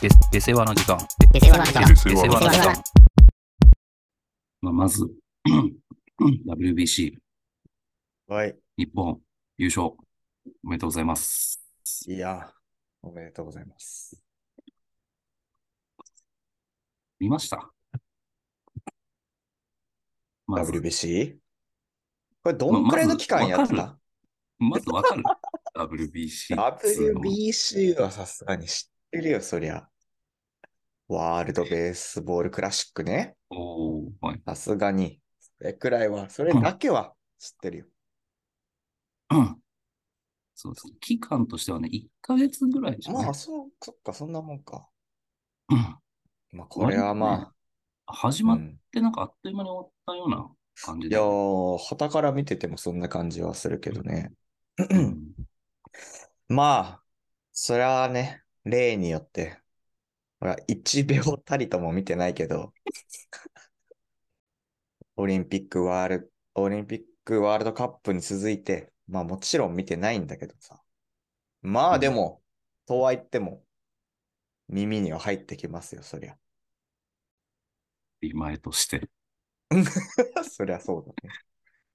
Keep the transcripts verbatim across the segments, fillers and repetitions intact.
で、で世話の時間。 で世話の時間。 で世話の時間。 まあ、まず、ダブリュービーシー、 はい。 日本優勝、おめでとうございます。 いや、おめでとうございます。 見ました？まず、 ダブリュービーシー？ これどま、 んくまず、 らいの期間わかる。 やってた？ まずわかる。ダブリュービーシー っつうのは。 ダブリュービーシー はさすがに知ってるよ、そりゃ。ワールドベースボールクラシックね。 おー、はい。 さすがに。それくらいは、それうん、 だけは知ってるよ。 うん。そうですね。期間としてはね、いっかげつぐらいじゃまあ、 ない？ そう、そっか、そんなもんか。 うん。 まあ、これ割とね、 はまあ、う始まっん。 てなんかあっという間に終わったような感じいやだよね。 ー、傍から見ててもそんな感じはするけどね。 うん。 まあ、それはね、例によって、ほら、いちびょうたりとも見てないけど、オリンピックワール、オリンピックワールドカップに続いて、まあもちろん見てないんだけどさ。まうん。 あでも、とは言っても耳には入ってきますよ、そりゃ。 前として。 そりゃそうだね。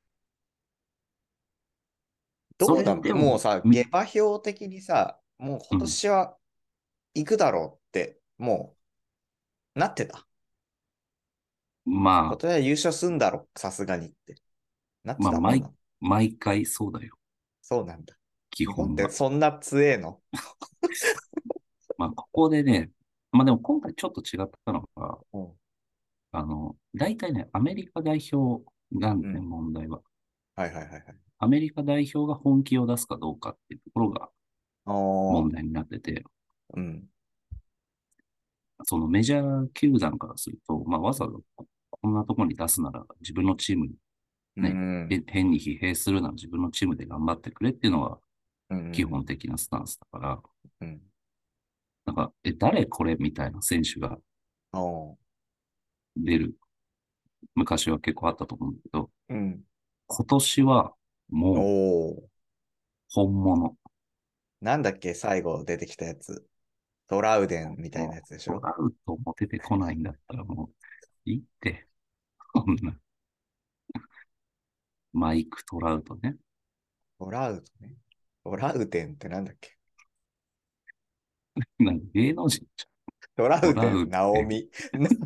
そどうなんだれでも、 もうさ、下み、 馬評的にさ、もう今うん。 年は行くだろうって、もうなってた。 まあ、 今年は優勝すんだろう、さすがにって。なってまあ、毎、 たもんなの？ 毎回そうだよ。 そうなんだ。日本っ基本は。 てそんな強えの？ まあ、ここでね、まあでも今回ちょっと違ったのが、 うん。 あの、大体ね、アメリカ代表なんでね、 うん。 問題は。 はいはいはいはい。 アメリカ代表が本気を出すかどうかっていうところがああ、 問題になってて、 うん。 そのメジャー球団からすると、まあわざわざここんなところに出すなら自分のチームにうね、 ん。 へ変に疲弊するなら自分のチームで頑張ってくれっていうのがう基本ん。 的なスタンスだから、 うん。 なんか、え、誰これみたいな選手がああ。 出る昔は結構あったと思うんだけど、 うん。 今年はおもうお。 本物。 なんだっけ、最後出てきたやつ。トラウデンみたいなもやつでしうトょ？ ラウトも出てこないんだったらもういいって。こんなマイク・トラウトね。 トラウトね。トラウデンってなんだっけ？ なんか芸能人じトラゃん。トラウデン、 ウテン。 ナオミ。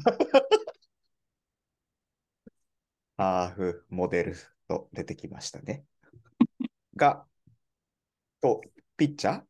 ハーフモデルと出てきましたね。が、と、ピッチャー。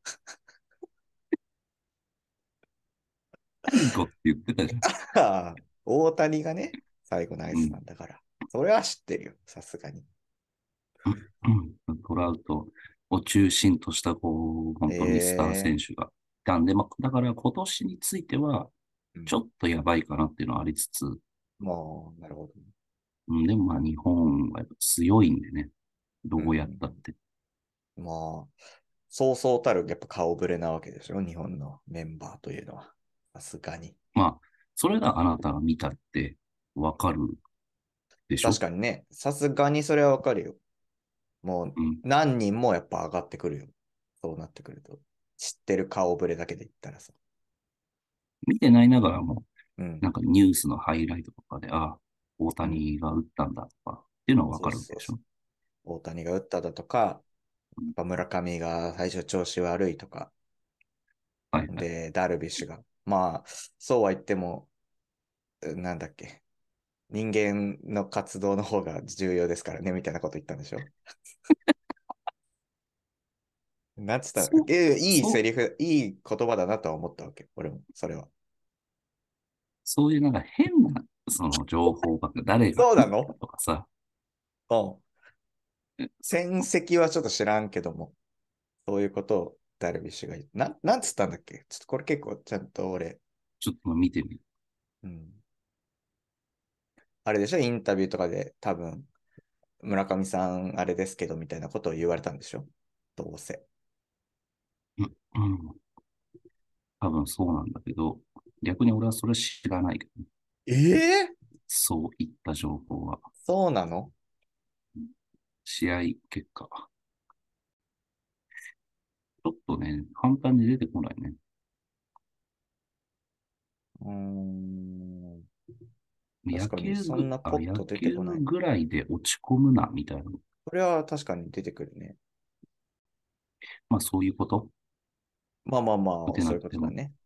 最後って言ってたじゃん。 ああ、大谷がね、最後ナイスなうん。 んだから。それは知ってるよ、さすがに。 うん、トラウトを中心としたこう、本当にスター選ええ、 手がいたんで、まあ、だから今年については、 うん。 ちょっとやばいかなっていうのはありつつ、 もう、なるほどね。 うん、でもまあ日本はやっぱ強いんでね、どううやったっん。 て。 まあ、そうそうたるやっぱ顔ぶれなわけでしょ、日本のメンバーというのは。さすがに。 まあ、それがあなたが見たってわかるでしょ？ 確かにね、さすがにそれはわかるよ。もううん。 何人もやっぱ上がってくるよ。そうなってくると。知ってる顔ぶれだけで言ったらさ。 見てないながらも、 うん。 なんかニュースのハイライトとかで、ああ、大うん。 谷が打ったんだとかっていうのはわそうかるわけでしょ？ そうそう。大谷が打っただとか、やっぱ村上が最初調子悪いとか、 はいはい。 で、ダルビッシュが。まあ、そうは言っても、なんだっけ。人間の活動の方が重要ですからね、みたいなこと言ったんでしょ？なんつったら、 そう、 え、いいそう、 セリフ、いい言葉だなとは思ったわけ。俺も、それは。 そういうなんか変な、その情報ばっか、誰が打ったそうなの？ とかさ、 うん。 そ戦績はちょっと知らんけども、そういうことをダルビッシュが言って、なん、なんつったんだっけ？ちょっとこれ結構ちゃんと俺、 ちょっと見てみる。 うん。あれでしょ？インタビューとかで多分、村上さんあれですけど、みたいなことを言われたんでしょ？どうせ。 うん、うん、多分そうなんだけど、逆に俺はそれ知らないけどね、 ええー、 そういった情報は。 そうなの？ 試合結果。ちょっとね、簡単に出てこないね。 野確かに、 球ぐ、 そんなあ、野ポッと出て球こない。 ぐらいで落ち込むな、みたいな。 これは確かに出てくるね。 まあそういうことまあまあまあ、 打てそういうなくても。 ことだね。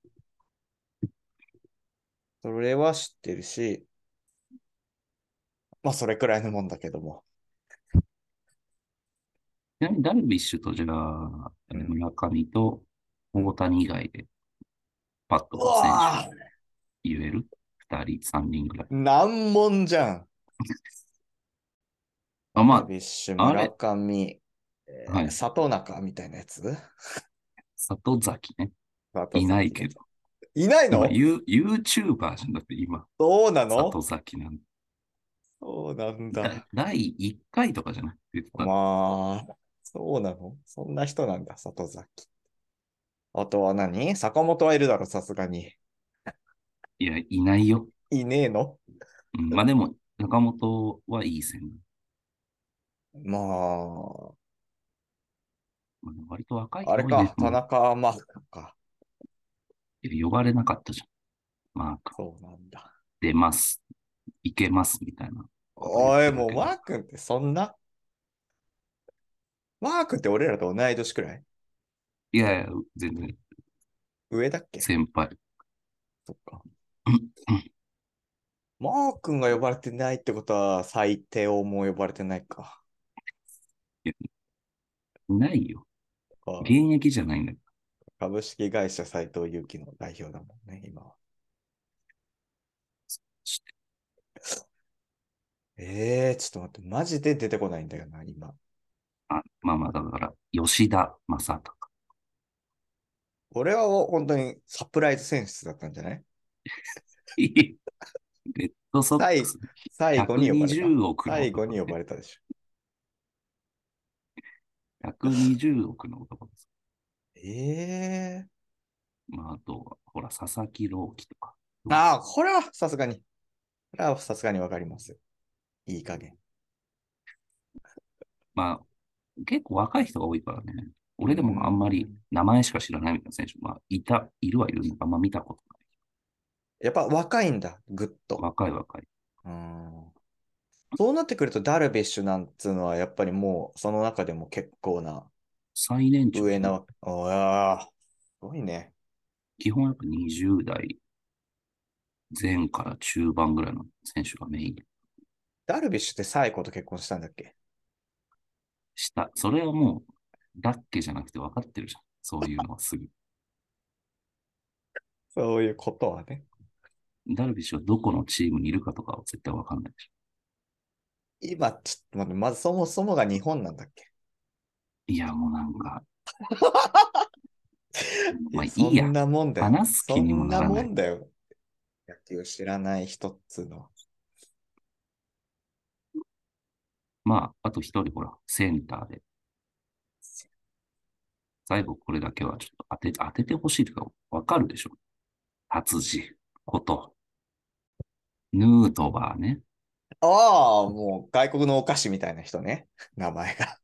それは知ってるし、まあ、それくらいのもんだけども。 ちなみにダルビッシュとじゃあ、 うん。 村上とうん。 大谷以外でパッうとこう選手わ言える？二人、三人ぐらい。 ー難問じゃん。 あ、 ダルまビッシュ、 あ、あ村れ、 上、えー、 はい。 里中みたいなやつ。 里崎ね。 里いない崎ね。 けど。 いない今、 の？ ユー、YouTuber じゃんだって今、 そうなの？ 里崎なんて。 そうなんだ、 だ。 だいいっかいとかじゃないって言ってた。 まあ、そうなの？そんな人なんだ、里崎。あとは何？坂本はいるだろ、さすがに。 いや、いないよ。 いねえの？ うん、まあでも、中本はいい線。 ままあ割と若いあ、あ人多いね。 れか、田も中マークか。 う、呼ばれなかったじゃん。マーク、 そうなんだ。 出ます。いけます。みたいなこと言っおい、もうてたけど。 マー君ってそんな？マー君って俺らと同い年くらい？ いやいや、全然、 上だっけ？ 先輩。 そっか。 うんうん。 マー君が呼ばれてないってことは、最低王も呼ばれてないか。 いや、いないよ。現あ、 役じゃないんだよ。 株式会社斉藤祐樹の代表だもんね、今は。ええー、ちょっと待って、マジで出てこないんだよな、今。 あ、まあまあ、だから、吉田正尚。 俺は本当にサプライズ選出だったんじゃない？ レッドソック最、 ス最後に呼ばれ 120 た。 億の最後に呼男ね。 ばれたでしょ。 ひゃくにじゅうおくの男です。 ええまあ、あとは、ほら、佐々木朗希とか。 ー。ああ、これはさすがに。これはさすがにわかります。いい加減。 まあ、結構若い人が多いからね。 うー俺でもあんまりん。 名前しか知らないみたいな選手、まあ、いた、いるはいるのか、あんま見たことない。 やっぱ若いんだ、ぐっと。 若い若い。 うーん。そうなってくると、ダルビッシュなんつうのは、やっぱりもう、その中でも結構な最年長じゃない？ 上な、ああ、すごいね。 基本やっぱにじゅう代前から中盤ぐらいの選手がメインダルビッシュって最古と結婚したんだっけ？ した。それはもう、だっけじゃなくて分かってるじゃん。そういうのはすぐ。 そういうことはね。 ダルビッシュはどこのチームにいるかとかは絶対分かんないでしょ。 今、ちょっと待って、まずそもそもが日本なんだっけ？ いや、もうなんか、 いや、 まあいそんいや。 なもんだよ。 話す気にもそんなならない。 もんだよ。野球知らない人っつうのは。 まあ、あと一人ほら、センターで。最後これだけはちょっと当て、当ててほしいというか、分かるでしょ。達治こと、ヌートバーね。 ああ、もう外国のお菓子みたいな人ね。名前が。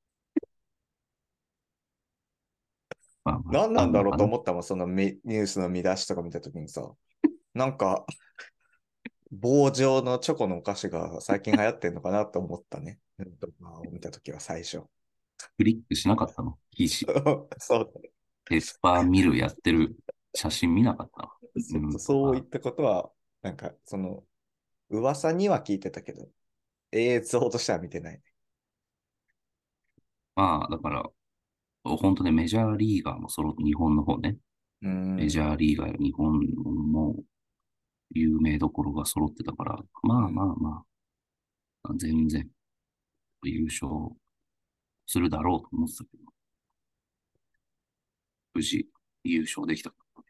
まあまあ、 何なんだろうあんのかな。 と思ったもん、そのミニュースの見出しとか見たときにさ、なんか棒状のチョコのお菓子が最近流行ってんのかなと思ったね。ヌートバーを見たときは最初。 クリックしなかったの記事。 そうだね。 ペッパーミルやってる写真見なかったの？ヌそートバー。 そういったことは、なんか、その、噂には聞いてたけど、映像としては見てないね。 まあ、だから、本当ね、メジャーリーガーも揃って、日本の方ね。 うん。 メジャーリーガーや日本も有名どころが揃ってたから、まあまうん。 あまあ、全然優勝するだろうと思ってたけど、無事優勝できた。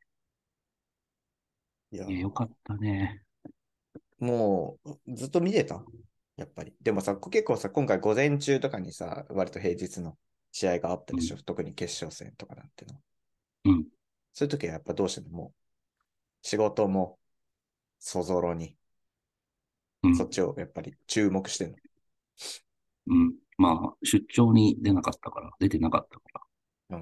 いやいや、よかー、 ったね。 もう、ずっと見てたやっぱり。でもさ、結構さ、今回午前中とかにさ、割と平日の試合があったうん。 でしょ。特に決勝戦とかなんての。 うん。 そういう時はやっぱどうしてももう、仕事もそぞろに、 うん。 そっちをやっぱり注目してんの。 うん。まあ、出張に出なかったから、出てなかったから、 うん。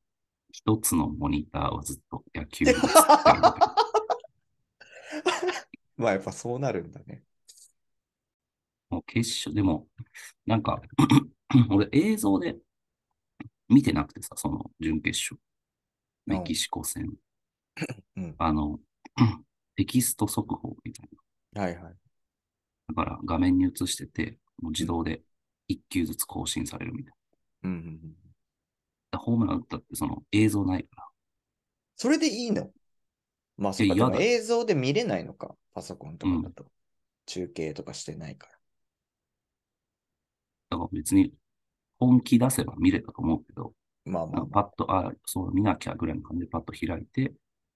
一つのモニターをずっと野球を映ってるみたいな。 まあやっぱそうなるんだね。 もう決勝、でも、なんか俺映像で見てなくてさ、その準決勝、メキうん。 シコ戦、 うん。 あの、テキスト速報みたいはいはい。 な。だから画面に映してて、もううん。 自動で一球ずつ更新されるみたいうんうんうん。 な。ホームラン打ったってその映像ないから。 それでいいの？まあそえ、 っか、でも嫌だよ。 映像で見れないのか。パソコンとうん。 かだと。中継とかしてないかだから別に本気出せば見れたと思うけど、 ら。まあまなんあまかパッと、あ、そう見なきゃぐらいの感じでパッと開いて、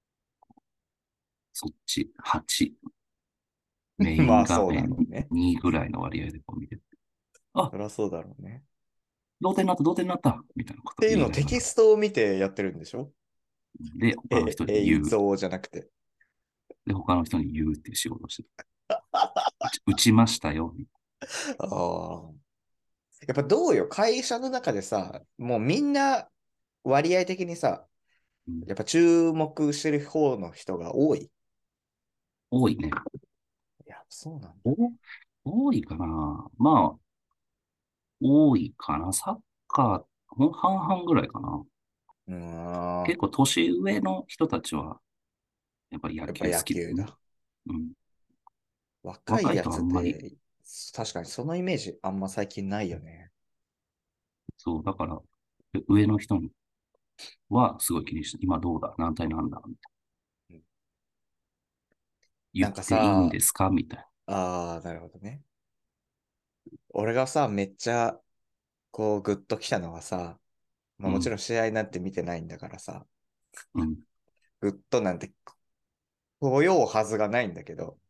そっちはち、 あ。 メインまあそうだ画面ろうね。 にぐらいの割合でこう見てて、あ、 そりゃそうだろうね。 同点になった、同点になったみたいなことっていうのをテキ言いながら。 ストを見てやってるんでしょ？ で、他のえ、 人に言う。 映像じゃなくて。 で、他の人に言うっていう仕事をしてた。打ち、打ちましたよ。みたいああ。やっぱどうよ、会社の中でさ、もうみんな割合的にさ、 な。うん、 やっぱ注目してる方の人が多い。 多いね。 いや、そうなんだお、多いかな。まあ、多いかな。サッカー、ほん半々ぐらいかな。 ね。うーん。 結構年上の人たちは、やっぱり野球好やっぱ野きだよね。 球だ。 うん。若い若いやつ人あんまり、 で、確かにそのイメージあんま最近ないよね。 そう、だから、上の人はすごい気にして、今どうだ何対なんだみたいな。 うん。 言っなんかていいんさ、 ですかみたいな。 ああ、なるほどね。俺がさ、めっちゃ、こう、グッときたのはさ、まあもちうん。 ろん試合なんて見てないんだからさ、 うん。 グッとなんて来ようはずがないんだけど、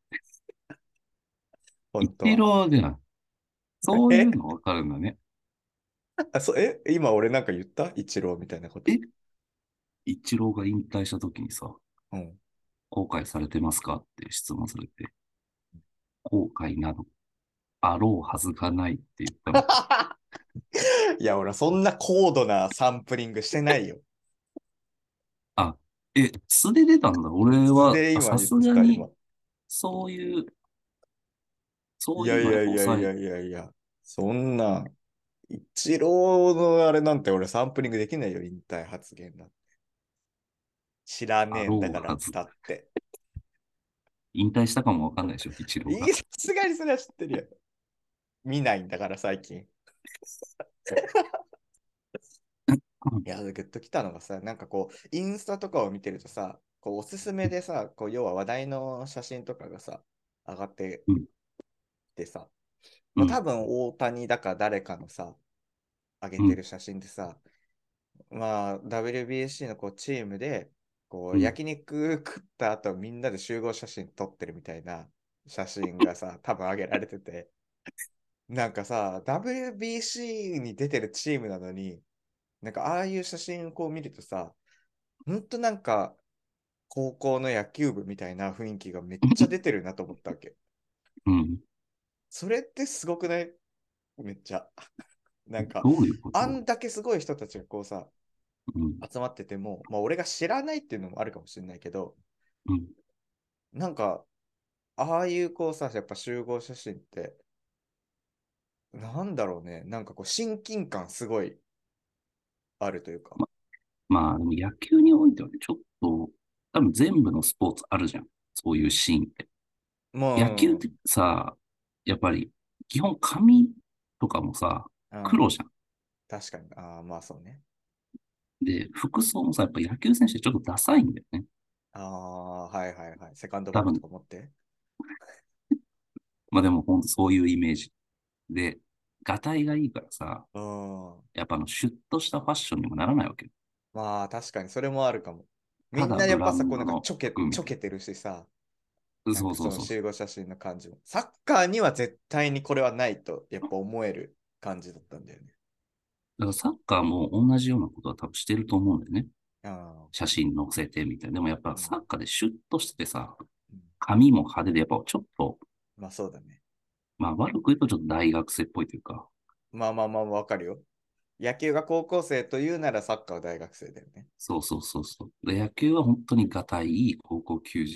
本当一は。 郎じゃん。そういうえのわかるんだね。 あ、そ、え今俺なんか言った一郎みたいなこえ、 と。 一郎が引退した時にさ、 うん。 後悔されてますかって質問されて、後悔などあろうはずがないって言ったの。 いや、俺そんな高度なサンプリングしてないよ。 あ、え、素で出たんだ。俺素は、あさで今言ってた、 すがに、 今。 そういう、そういうのはやっいやいやぱ抑え、 いやいやいやいや。そんな、一郎のあれなんて俺サンプリングできないよ、引退発言なんて。知らねあえんだからっろうはず。 たって。 引退したかもわかんないでしょ、一郎が。 いやさすがにそれは知ってるよ。見ないんだから最近。いや、グッときたのがさ、なんかこう、インスタとかを見てるとさ、こうおすすめでさ、こう要は話題の写真とかがさ、上がってうん、 きてさ、 うん、 まあ多分大谷だか誰かのさ、上げうん、 てる写真でさ、まあ ダブリュービーシー のこうチームで、こうん。 う焼肉食った後みんなで集合写真撮ってるみたいな写真がさ、多分上げられてて、なんかさ、ダブリュービーシー に出てるチームなのに、なんかああいう写真をこう見るとさ、ほんとなんか高校の野球部みたいな雰囲気がめっちゃ出てるなと思ったわけ。 うん。 それってすごくない？めっちゃ。なんか、 どういうこと？ あんだけすごい人たちがこうさ、 うん、 集まってても、まあ俺が知らないっていうのもあるかもしれないけど、 うん。 なんか、ああいうこうさ、やっぱ集合写真って、なんだろうね、なんかこう親近感すごいあるというか。 ま、まあ、でも野球においてはね、ちょっと、多分全部のスポーツあるじゃん。そういうシーンって。野球っもてさ、やっぱり、基本髪とかもさ、 う、うん、 黒じゃん。 確かに。ああ、まあそうね。 で、服装もさ、やっぱ野球選手ってちょっとダサいんだよね。 ああ、はいはいはい。セカンドバッグと多分、 か持って。 まあでも本当そういうイメージ。で、ガタイがいいからさ、 うん。 やっぱあの、シュッとしたファッションにもならないわけよ。 まあ確かにそれもあるかも。みたんなやっぱさ、 だブランこうなんかドのちょけ、 服みたいちょけてるしさ、 な。 なんかそのそうそうそう。 集合写真の感じも。サッカーには絶対にこれはないと、やっぱ思える感じだったんだよね。 だからサッカーも同じようなことは多分してると思うんだよね。 ああ、 写真載せてみたいな。でもやっぱうん、 サッカーでシュッとしててさ、 うん。 髪も派手で、やっぱちょっと、 まあそうだね。 まあ悪く言うとちょっと大学生っぽいというか、 まあまあまあわかるよ。野球が高校生というならサッカーは大学生だよね。 そうそうそうそう。で、野球は本当にガタイいい高校球児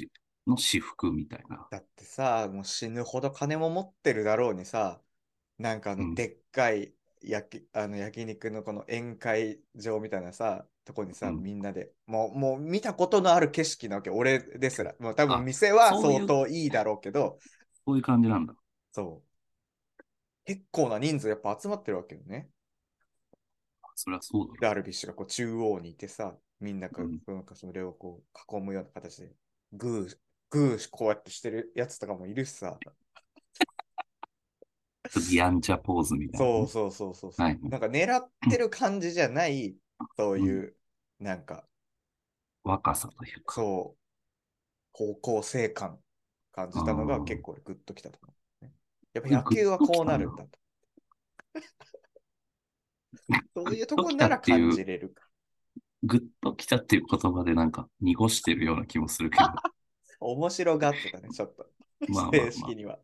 の私服みたいな。 だってさ、もう死ぬほど金も持ってるだろうにさ、なんかあうん。 のでっかい焼き、あの焼肉のこの宴会場みたいなさ、とこにさ、 うん。 みんなで、もう、もう見たことのある景色なわけ、俺ですら。もう多分あ、 店は相そういう、 当いいだろうけど、 そういう感じなんだ。 そう。結構な人数やっぱ集まってるわけよね。 そりゃそうだろダルビッシュがこう中央にいてさ、みんながう。うん。 なんかそれをこう囲むような形で、グー、グーこうやってしてるやつとかもいるしさ、 ちょっとやんちゃポーズみたいなね。 そうそうそうそうそう。 はい。 なんか狙ってる感じじゃない、そううん。 いう、なんか、 若さというか。 そう、高校生感感ああ、 じたのが結構グッときたと思う、ね。やっぱこれグッ野球はこうときたんだ。 なるんだと。そうグッいうとこときたなら感っていう、 じれるか。 グッときたっていう言葉でなんか濁してるような気もするけど。 面白がってたね、ちょっと。 まあまあま正式には。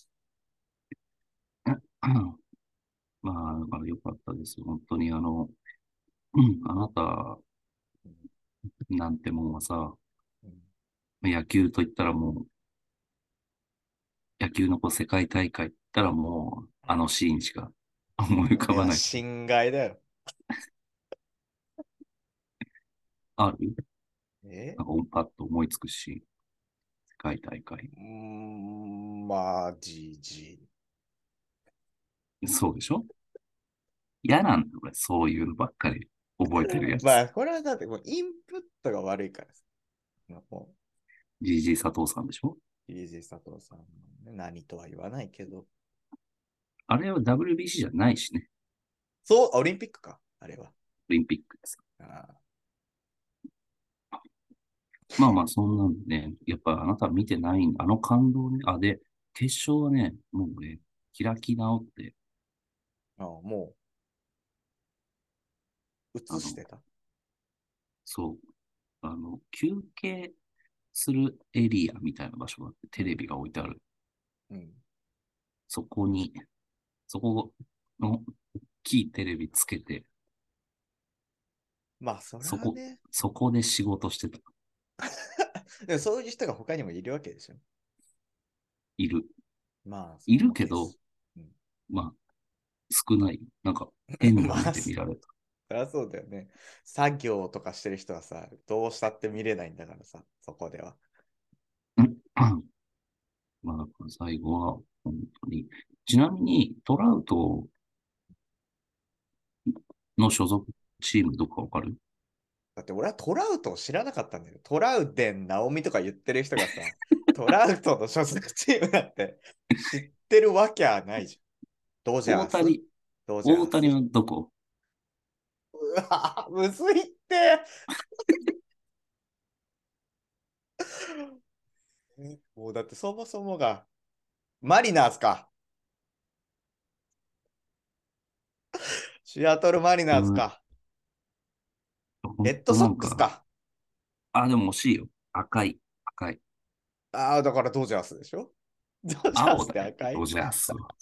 あ。まあ、だから良かったですよ。本当にあの、うんあなたうんなんてもんはさ、 うん野球と言ったらもう、野球のこう世界大会って言ったらもう、あのシーンしか思い浮かいや、 ばない。 心外だよ。 あるえなんかオンパッと思いつくし、世界大会。 うーん、まあ、じじ。 そうでしょ？嫌なんだよ、俺。そういうのばっかり覚えてるやつ。 まあ、これはだってもうインプットが悪いからさ。もジージー 佐藤さんでしょ？ う、イージー佐藤さんもね、何とは言わないけど。 あれは ダブリュービーシー じゃないしね。 そう、オリンピックか、あれは。 オリンピックです。 あまあまあ、そんなんでね、やっぱあなた見てないんあの感動ね。あ、で、決勝はね、もうね、開き直って、 あ、もう、 あの、 映してた。 そう、あの、休憩するエリアみたいな場所があって、 うん。 テレビが置いてある。 うん。 そこに、そこの大きいテレビつけて、 まあ、そそこ、 らね。 そこで仕事してた。 でもそういう人が他にもいるわけでしょ。 いる。 まあ、そいのるけど、 決、うん、 まあ、少ない。なんか、変な目まあ、そで見られた。 りゃそうだよね。作業とかしてる人はさ、どうしたって見れないんだからさ、そこでは。 うんまあ、最後は、本当に。ちなみに、トラウトの所属チームどこかわかる？ だって俺はトラウトを知らなかったんだよ。トラウデン・ナオミとか言ってる人がさ、トラウトの所属チームだって知ってるわけはないじゃん。ドジャース大谷、 ドジャース大谷はどこ？ うわむずいって。もうだってそもそもが、マリナーズか。シアトルマリナーズうん、 か。レ本ッドソッ当なんか、 クスか。 あ、でも惜しいよ。赤い、赤い。 ああ、だからドジャースでしょ。ドジャースって青だよ、 赤い。 ドジャースは。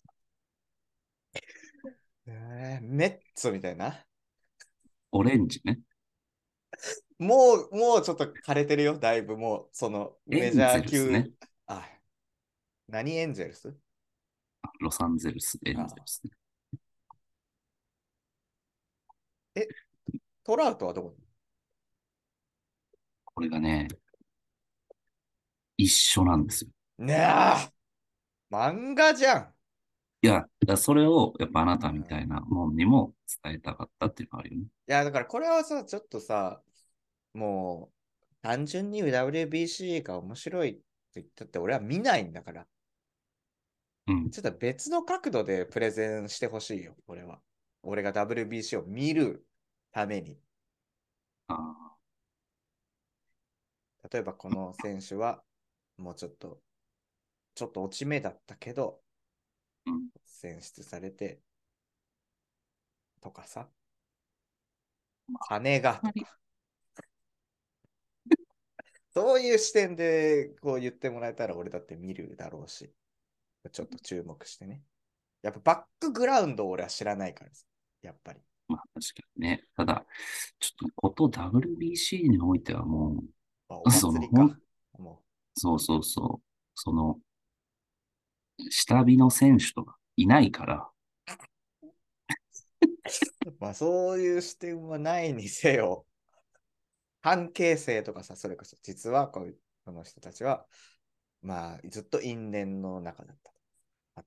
えー、メッツみたいな。 オレンジね。 もう、もうちょっと枯れてるよ、だいぶもう、そのメジャエンゼー級。 ルスね。 あ、何エンゼルスロサンゼルス、エンゼルあスね。 え、トラウトはどここれがね、一緒なんですよ。 ねえ、漫画じゃん。 いや、だからそれを、やっぱあなたみたいうん、 なもんにも伝えたかったっていうのがあるよね。 いや、だからこれはさ、ちょっとさ、もう、単純に ダブリュービーシー が面白いって言ったって俺は見ないんだから。 うん。 ちょっと別の角度でプレゼンしてほしいよ、俺は。俺が ダブリュービーシー を見るために。 ああ、 例えばこの選手は、もうちょっと、ちょっと落ち目だったけど、 うん。 選出されて、とかさ、金がありとか、そういう視点でこう言ってもらえたら俺だって見るだろうし、ちょっと注目してね。やっぱバックグラウンドを俺は知らないからさ、やっぱり。 まあ、確かにね。ただ、ちょっとこと ダブリュービーシー においてはもまあ、おう、その、 祭りか。 ほん、 もう。 そうそうそう。その、下火の選手とかいないから、 まあそういう視点はないにせよ、関係性とかさ、それこそ実はこういうこの人たちは、まあずっと因縁の中だった。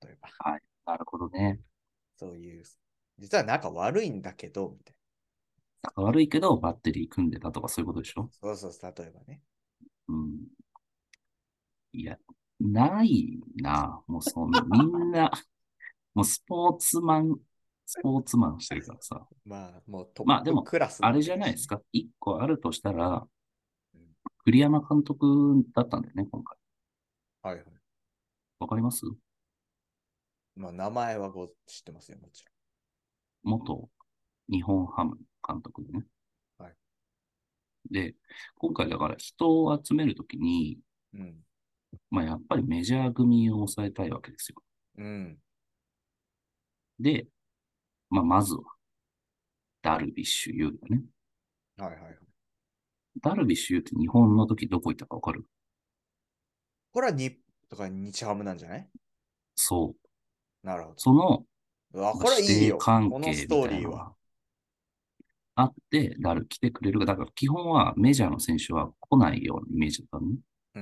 例えば、 はい。なるほどね。 そういう、実は仲悪いんだけど、みたい仲悪いけど、バッテリー組んでたとかそういうことでしょ？ な。そうそう、例えばね。 うん。いや、ないな。もうそん、みんな、もうスポーツマン、スポーツマンしてるからさ。 まあもうトッまあでも、 プクラスなわあれけだしね。 じゃないですか。一個あるとしたら、 うん、 栗山監督だったんだよね、今回。 はいはい。 わかります？ まあ名前はご知ってますよ、もち元日本ハム監督でね。 ろん。はい。 で、今回だから人を集めるときに、 うん。 まあやっぱりメジャー組を抑えたいわけですよ。 うん。 で、まあまずはダルビッシュ有だね。 はいはいはい。 ダルビッシュ有って日本の時どこ行ったかわかる？ これはに、とか日ハムなんじゃない？ そう。 なるほど。 そのうわ、これはいいまあ師弟よ。このス関係みトーリーは。 たいなのがあって、ダル来てくれるが、だから基本はメジャーの選手は来ないようなイメージだったのね。 うん。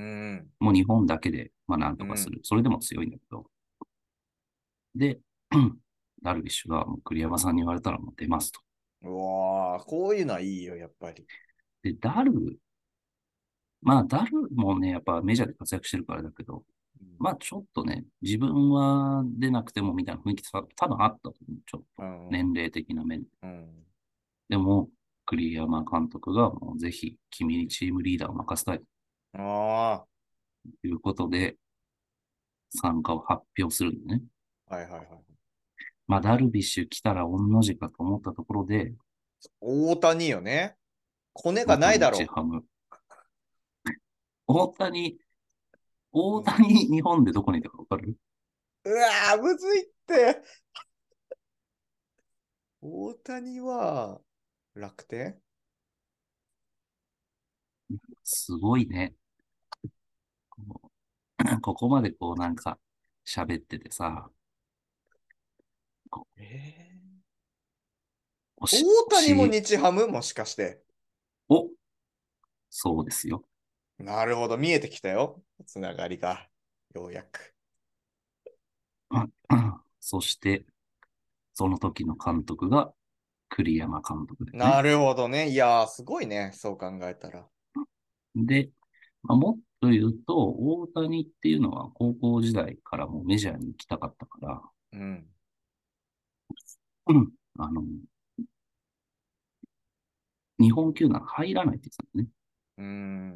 もう日本だけで、まあなんうん。 とかする。それでも強いんだけど。で、ダルビッシュがもう栗山さんに言われたらもう出ますと。 うわー、こういうのはいいよ、やっぱり。 で、ダル、まあダルもね、やっぱメジャーで活躍してるからだけど、 うん。 まあちょっとね、自分は出なくてもみたいな雰囲気さ、多分あったと思う。ちょっと。 うん。 年齢的な面で。 うん。 でも、栗山監督がもうぜひ君にチームリーダーを任せたいあということで、参加を発表するのね。 あ、はいはいはい。 まあ、ダルビッシュ来たら御の字かと思ったところで、 大谷よね。コネがな元いだろ日ハム。大谷、 う。 大うん。 谷日本でどこにいたかわかる？ うわー、むずいって。大谷は楽天。 すごいね。こうここまでこうなんか喋っててさ、こえー、 う、お大し、 谷も教え、 日ハムもしかして。 お、そうですよ。 なるほど、見えてきたよ。つながりが。ようやく。 そして、その時の監督が栗山監督だよね。 なるほどね。いやー、すごいね。そう考えたら。 で、まあ、もっと言うと、大谷っていうのは高校時代からもうメジャーに行きたかったから、 うん。 うん、あの、日本球団入らないって言ってたんだね。 うん。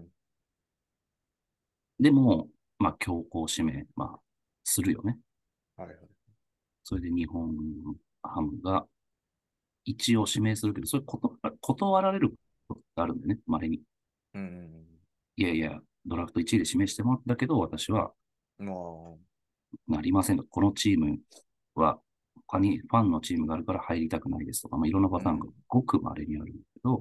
でも、まあ、強行指名、まあ、するよね。 はいはい。 それで日本ハムが一応指名するけど、それ断ら断られることがあるんだよね、稀に。 うん。 いやいや、ドラフトいちいで指名してもらったけど、私はもなりませんと。このチームは他にファンのチームがあるから入りたくないですとか、まあ、いろんなう、 パターンがうん。 ごく稀にあるんだけど、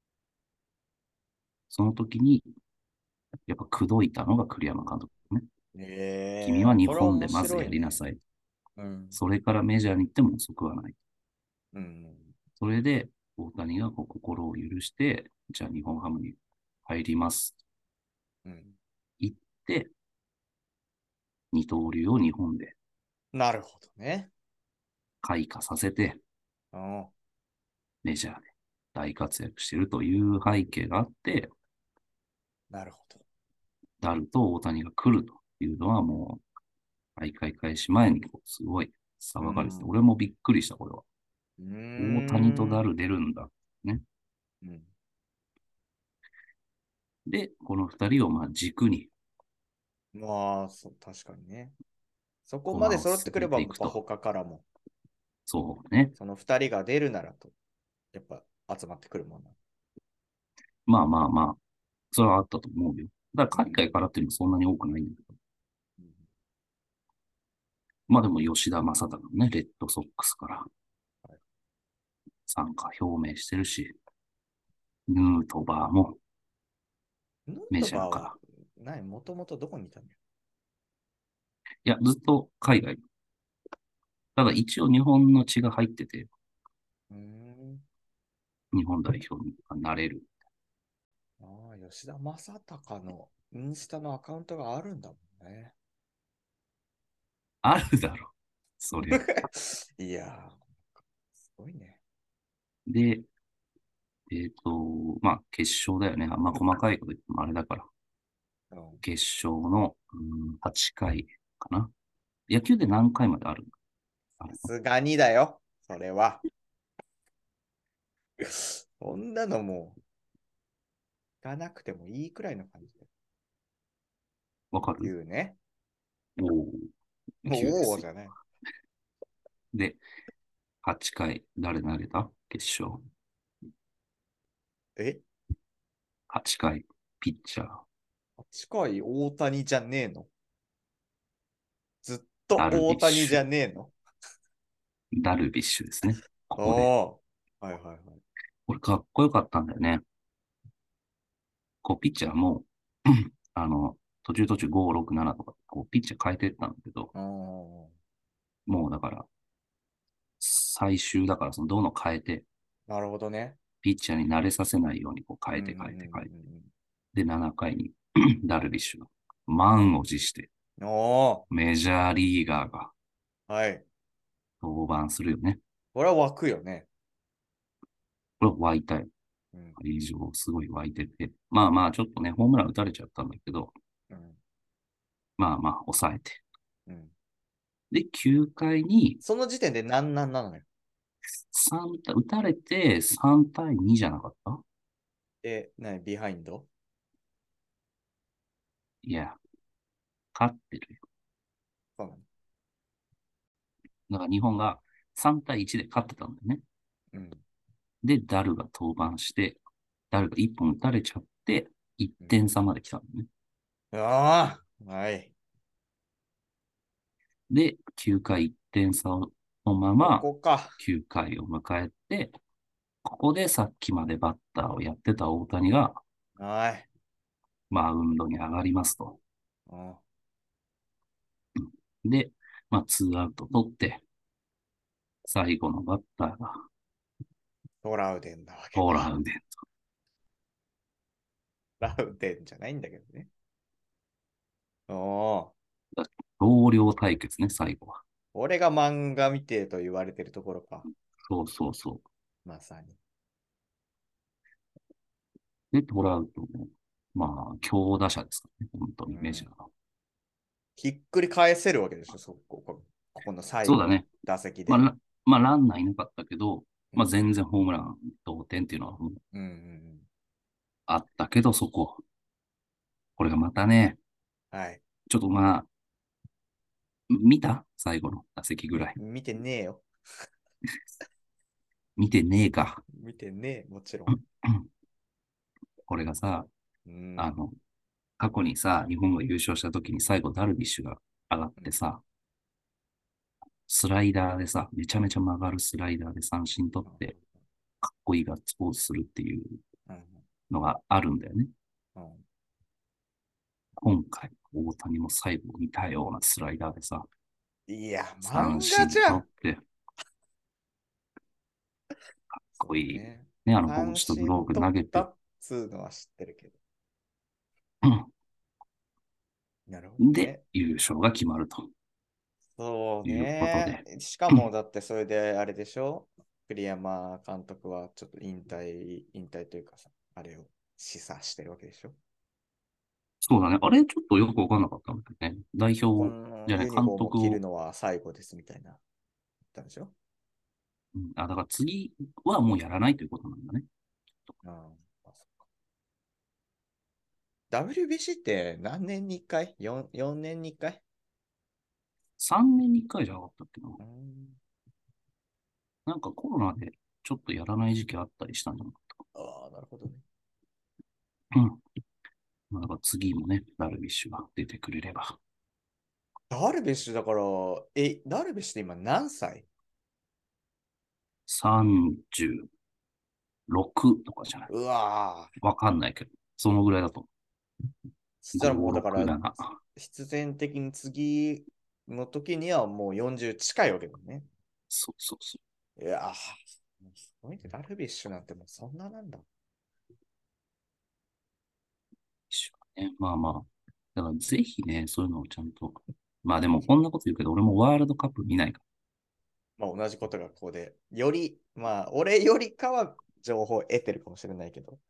その時にやっぱ口説いたのが栗山監督ね。君はええー、 日これは面本でまず白いね。 やりなさい。 うん。 それからメジャーに行っても遅くはない。 うん。 それで大谷がこう心を許して、じゃあ日本ハムに入ります。 うん。 行って、二刀流を日本でなるほどね。 開花させて、 うん。 メジャーで大活躍しているという背景があって、 なるほど。 ダルと大谷が来るというのはもう大会開始前にこうすごいう騒がれてて、 ん。 俺もびっくりした、これは。 うー大谷とダん。 ル出るんだ。ね。 うん。 で、この二人をまあ軸にまあ、そう、確かにね。そこまで駒を進め揃ってくれば、やっぱていくと。 他からも、 そうね。 その二人が出るならと、やっぱ集まってくるもんな。 まあまあまあ、それはあったと思うよ。だから海うん。 外からっていうのはそんなに多くないんだけど。 うん。 まあでも吉田正尚のね、レッドソックスからはい。 参加表明してるし、ヌートバーもヌーメトバーは、 ジャーから。 なに、もともとどこにいたんだよ。 いや、ずっと海外。ただ一応日本の血が入ってて、 うーん。 日本代表になれる。 ああ、吉田正尚のインスタのアカウントがあるんだもんね。 あるだろ。そりゃ。 いやー、すごいね。 で、えっと、まあ、決勝だよね。あんま細かいこと言ってもあれだから。 うん。 決勝の、うん、はちかいかな。野球で何回まであるのあさるのすがにだよ、それは。そんなのもう、聞かなくてもいいくらいの感じでわかる言うね。 おお、きゅうですよ。 おおじゃない。 で、はちかい、誰投げた決勝。 えはちかい、ピッチャー、 近い大谷じゃねえの？ずっとダルビ大谷じゃッシュ。 ねえの？ ダルビッシュですね。ここで。 おー。はいはいはい。 これかっこよかったんだよね。こう、ピッチャーも、あの、途中途中ご、ろく、ななとか、こう、ピッチャー変えてったんだけど、 うん。 もうだから、最終だから、その、どの変えて、 なるほどね。 ピッチャーに慣れさせないように、こう、 うんうん変えて変えて変えて。 うんで、ななかいにダルビッシュが、満を持して、 うん。おメジャーリーガーがー。はい。 登板するよね。 これは湧くよね。 これ湧いたよ。 うん。 会場すごい湧いてて。まあまあ、ちょっとね、ホームラン打たれちゃったんだけど、 うん。 まあまあ、抑えて。 うん。 で、きゅうかいにその時点で何なんなのよ。 さん打たれてさん対にじゃなかった？ え、なに、ビハインド？ いや、勝ってるよ。 そうなの？ だから日本がさん対いちで勝ってたんだよね。 うん。 で、ダルが登板して、ダルがいっぽん打たれちゃって、1 うん。 点差まで来たんだよね。 ああ、はい。 で、きゅうかいいってん差のまこまこか。 きゅうかいを迎えて、ここでさっきまでバッターをやってた大谷がはい。 マウンドに上がりますと。 うん。 で、まあ、ツーアウト取って、最後のバッターがトラウデンなわけトラか。 ウデン。 トラウデンじゃないんだけどね。おお。 同僚対決ね、最後は。 俺が漫画見てと言われてるところか。 そうそうそまさに。 う。で、トラウトも、まあ、強打者ですからね、本当にメジャうん。 ーの。 ひっくり返せるわけでしょ、そこ、こここの最後のそうだね。まあ、 打席で。 ラまあ、ランナーいなかったけど、まあ、 うん。 全然ホームラン同点っていうのはうんうんうん。 あったけど、そこ。これがまたね、 はい。 ちょっとまあ、見た最後の打席ぐみ、 らい。 見てねえよ。 見てねえか。 見てねえ、もちろん。 うんこれがさ、 うん。 あの、過去にさ、日本が優勝した時に最後ダルビッシュが上がっうん。 てさ、スライダーでさ、めちゃめちゃ曲がるスライダーで三振取って、かっこいいガッツポーズするっていううん。 のがあるんだよね。 うん。 今回、大谷も最後似たようなスライダーでさ、 いや、漫画三振じゃん。 取って、かっこいい。 そうね。 ね、あの帽三子とグローブ振取っ投げて、 たっつうのは知ってるけど。 うなるほどんで、 ね。 優勝が決まるとそういうことね。 で。 しかも、だってそれであれでしょ？栗山監督はちょっと引退、引退というかさ、あれを示唆してるわけでしょ？ そうだね。あれ、ちょっとよくわかんなかったんだけどね。代こ表じゃない、 のユニフォームを監督を、 着るのは最後ですみたいな。言ったんでしょ？ うん、あ、だから次はもうやらないということなんだね。 うん。あ、そっか。 ダブリュービーシー って何年にいっかい？ よん、よねんにいっかい？ さんねんにいっかいじゃなかったっけな。 うん。 なんかコロナでちょっとやらない時期あったりしたんじゃなかったか。 ああ、なるほどね。 うん。まあ、だから次もね、ダルビッシュが出てくれれば。 ダルビッシュだから、え、ダルビッシュって今何歳？ さんじゅうろくとかじゃない。 うわわかんないけど、そのぐらいだと。 そしたらもうご、ろく、 だから、 なな。 必然的に次の時にはもうよんじゅう近いわけだよね。 そうそうそいやー、すごいね。ダルビッシュなんてもうそんななんだ。 う。ね、まあまあ。だからぜひね、そういうのをちゃんと。まあでもこんなこと言うけど、俺もワールドカップ見ないかまあ同じことがここで、より、まあ俺よりかは情報を得てるかもしれないけど、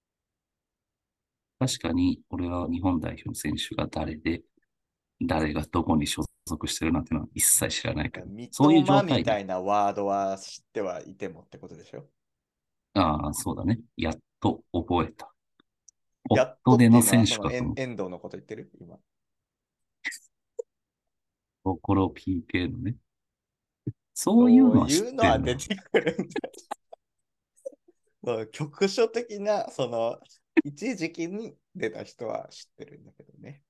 ら。確かに、俺は日本代表の選手が誰で、誰がどこに所属してるなんてのは一切知らないけど、 三そういう状笘み態ね。 たいなワードは知ってはいてもってことでしょ。 ああ、そうだね。やっと覚えた。ポッやっとトでの選っていうのはそ手かと思う。 の遠遠藤のこと言ってる今。 心 ピーケー のね。そういうそうのは知っいうのはてんだ。 出てくるんだ。そう局所的な、その、一時期に出た人は知ってるんだけどね。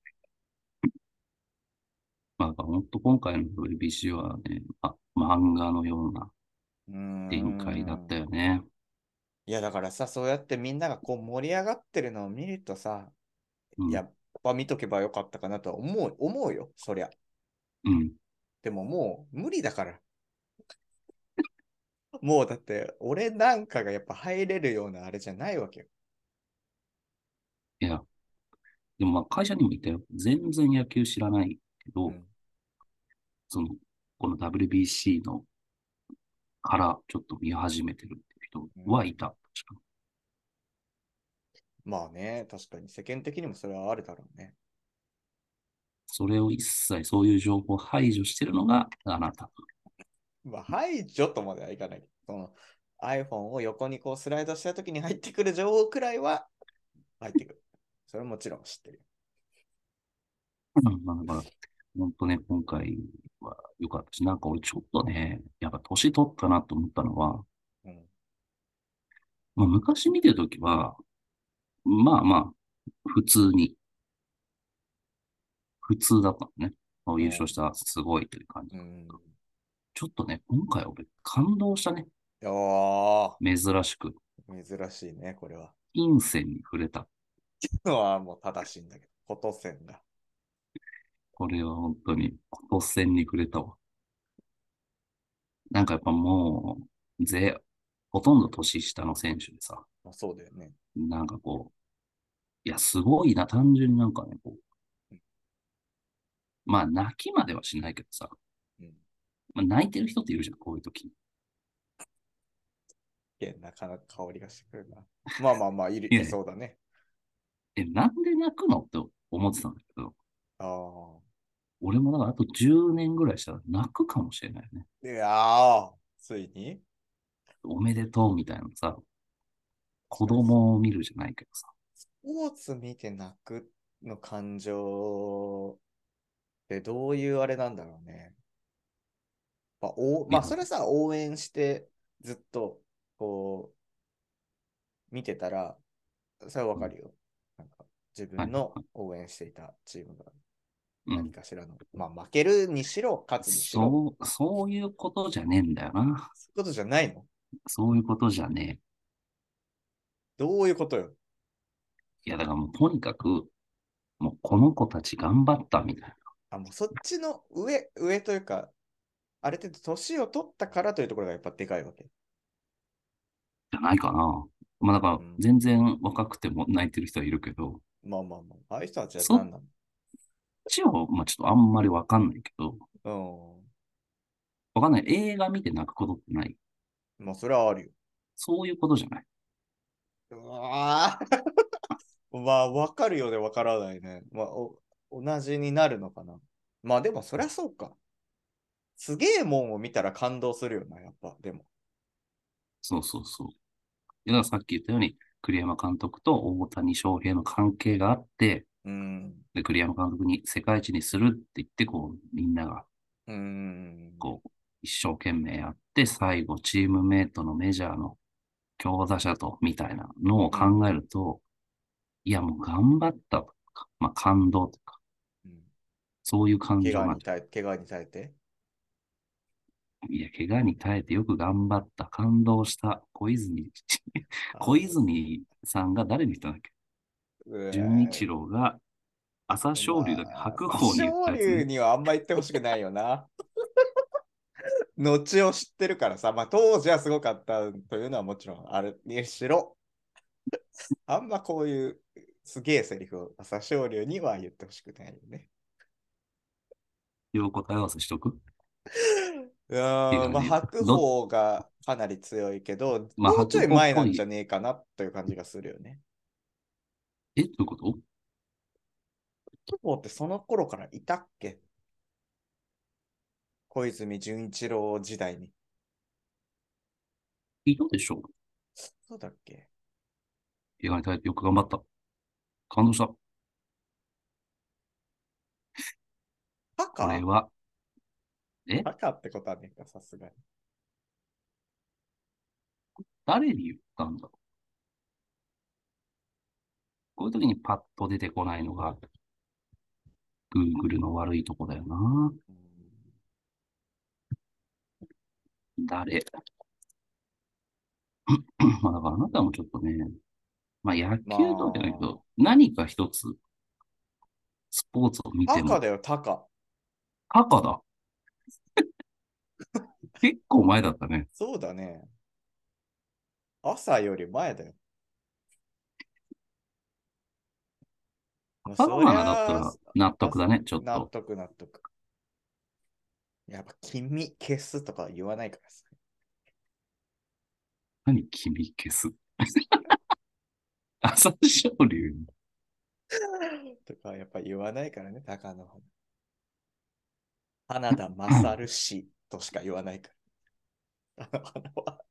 まあ、本当今回の ダブリュービーシー はね、あ、漫画のようなうー展開だったん。 よね。 いや、だからさ、そうやってみんながこう盛り上がってるのを見るとさ、 うん、 やっぱ見とけばよかったかなとは思う、思うよ、そりゃ。 うん。 でももう無理だから。もうだって、俺なんかがやっぱ入れるようなあれじゃないわけよ。 いや、でもまあ会社にもいたよ。全然野球知らないけど、 うん。 その、この ダブリュービーシー のからちょっと見始めてるっていう人うん、 はいた。確かまあね、確かに世間的にもそれはあるだろうね。 それを一切そういう情報を排除してるのがあなた。 まあ排除とまではいかない。その iPhone を横にこうスライドした時に入ってくる情報くらいは入ってくる。それはもちろん知ってる。 うんまあ、だから、本当ね、今回は良かったし、なんか俺ちょっとね、やっぱ年取ったなと思ったのは、 うん。 まあ、昔見てるときは、まあまあ、普通に、普通だったのね。優勝しうん。 た、すごいという感じ。 うん。 ちょっとね、今回俺感動したね。 おー、 珍しく。 珍しいね、これは。 金銭に触れた。 のはもう正しいんだけど、フォト線が。 これは本当に、骨線に触れたわ。なんかやっぱもう、ぜ、ほとんど年下の選手でさ、 まあ、そうだよね。 なんかこう、いや、すごいな、単純になんかね、こう、 うん。 まあ泣きまではしないけどさ、 うん。 まあ、泣いてる人っているじゃん、こういう時に。 変なかな香りがしてくるな。まあまあまあ、いる、いいや、 そうだね。 え、なんで泣くのって思ってたんだけど、 ああ。 俺もだからあとじゅうねんぐらいしたら泣くかもしれないね。 いやー、ついにおめでとうみたいなのさ、子確かにス供を見るじゃないけどさ。 ポーツ見て泣くの感情ってどういうあれなんだろうね。まあ、おいや、 まあ、それはさ、応援してずっとこう見てたら、それはわうん、 かるよ。なんか自はい、 分のはい。 応援していたチームがうん。 何かしらの、まあ負けるにしろ、勝つにしろ、 そう、そういうことじゃねえんだよな。 そういうことじゃないの。 そういうことじゃねどういうことよ。 え。いや、だからもうとにかく、もうこの子たち頑張ったみたいな。 あ、もうそっちの上、上というか、ある程度年を取ったからというところがやっぱでかいわけ。 じゃないかな。まあだからうん。 全然若くても泣いてる人はいるけど、 まあまあまあ。ああいう人たちはそっ何なの？ ちは、まあちょっとあんまりわかんないけど、 うん。 わかんない。映画見て泣くことってない。 まあそれはあるよ。 そういうことじゃない。 うわーまあわかるようでわからないね。まあお同じになるのかな。まあでもそりゃそうか。すげえもんを見たら感動するよな、やっぱ。でも。 そうそうそう。だからさっき言ったように、栗山監督と大谷翔平の関係があって、 うん。 で、栗山監督に世界一にするって言って、こう、みんなが、 うん。 こう、一生懸命やって、最後、チームメイトのメジャーの強打者と、みたいなのをうん。 考えると、いや、もう頑張ったとか、まあ、感動とか、 うん。 そういう感怪情なんじ我に耐え、怪我に耐えて。 ゃん。いや、怪我に耐えてよく頑張った、感動した、小泉、小ああ、 泉さんが誰に言ったんだっけ？ うえ純一郎が朝青龍だけまあ、 白鵬に言っ朝たやつね。 青龍にはあんま言ってほしくないよな。後を知ってるからさ、まあ当時はすごかったというのはもちろんあるにしろ、あんまこういうすげえセリフを朝青龍には言ってほしくないよね。 両答え合わせしとく。 うーん、まあていうかね、 白ど、 鵬がかなり強いけど、 まあ、 もうちょい白鵬っ前なんじゃぽい。 ねえかなという感じがするよね。 え、どういうこと？ 白鵬ってその頃からいたっけ？小泉純一郎時代に。 いたでしょ？ そうだっけ？ 映画に耐えてよく頑張った。感動した。これ赤は、え赤ってことはねえか、さすがに。 誰に言ったんだろう？こういう時にパッと出てこないのが、Google の悪いとこだよな。 うん、 誰まあだからあなたもちょっとね、まあ野ま球とはじゃないけあ、 ど、何か一つスポーツを見ても、 赤だよ、赤。 赤だ。結構前だったね。 そうだね。朝より前だよ。もうそり香川だったゃあ、 ら納あ得だね、ちょっと。 納得納得。やっぱ君消すとかは言わないからさ。 何君消す。朝青龍。 とかやっぱ言わないからね、高野花。花田勝氏としか言わないから。あの花は。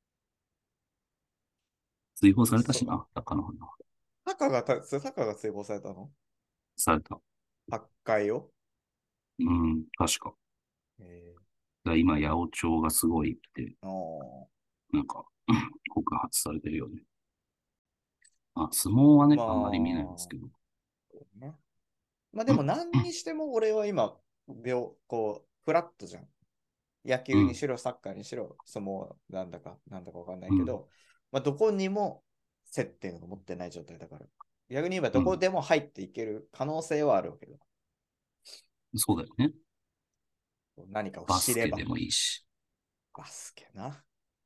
追放されたそう。 しな、高野花は。 坂がた、坂が追放されたの？ された。 八回を。 うん、確か。 えだから今、八百長がすごいって、 ー、おなんか、告発されてるよね。あ、相撲はね、 まあんまり見ないんですけど。 あ、ね。まあでも何にしても俺は今、病こう、フラットじゃん。野うん、 球にしろ、サッカーにしろ、相撲なんだか、なんだかわかんないうん、 けど、まあ、どこにも接点を持ってない状態だから。逆に言えばうん。 どこでも入っていける可能性はあるわけだ。 そうだよね。 何かをバ知れば。 スケでもいいし。 バスケな。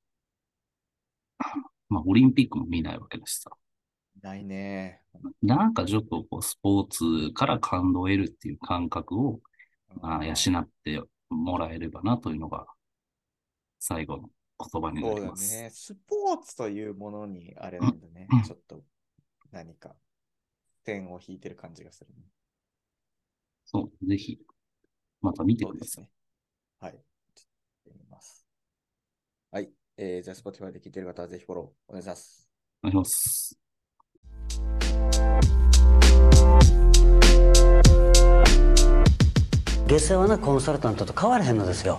まあ、オリンピックも見ないわけだしさ。 ないね。 なんかちょっとこう、スポーツから感動を得るっていう感覚を、まあ、養ああ、 ってもらえればなというのが、最後の言葉になそうります。 だね。スポーツというものにあれうんなんだね。 うん。 ちょっと何か点を引いてる感じがするね。 そう、ぜひ、また見てください。 そうですね。はい。ちょっと見ます。はい。えー、じゃあ、Spotify で聞いてる方はぜひフォローお願いします。 お願いします。 下世話なコンサルタントと変わらへんのですよ。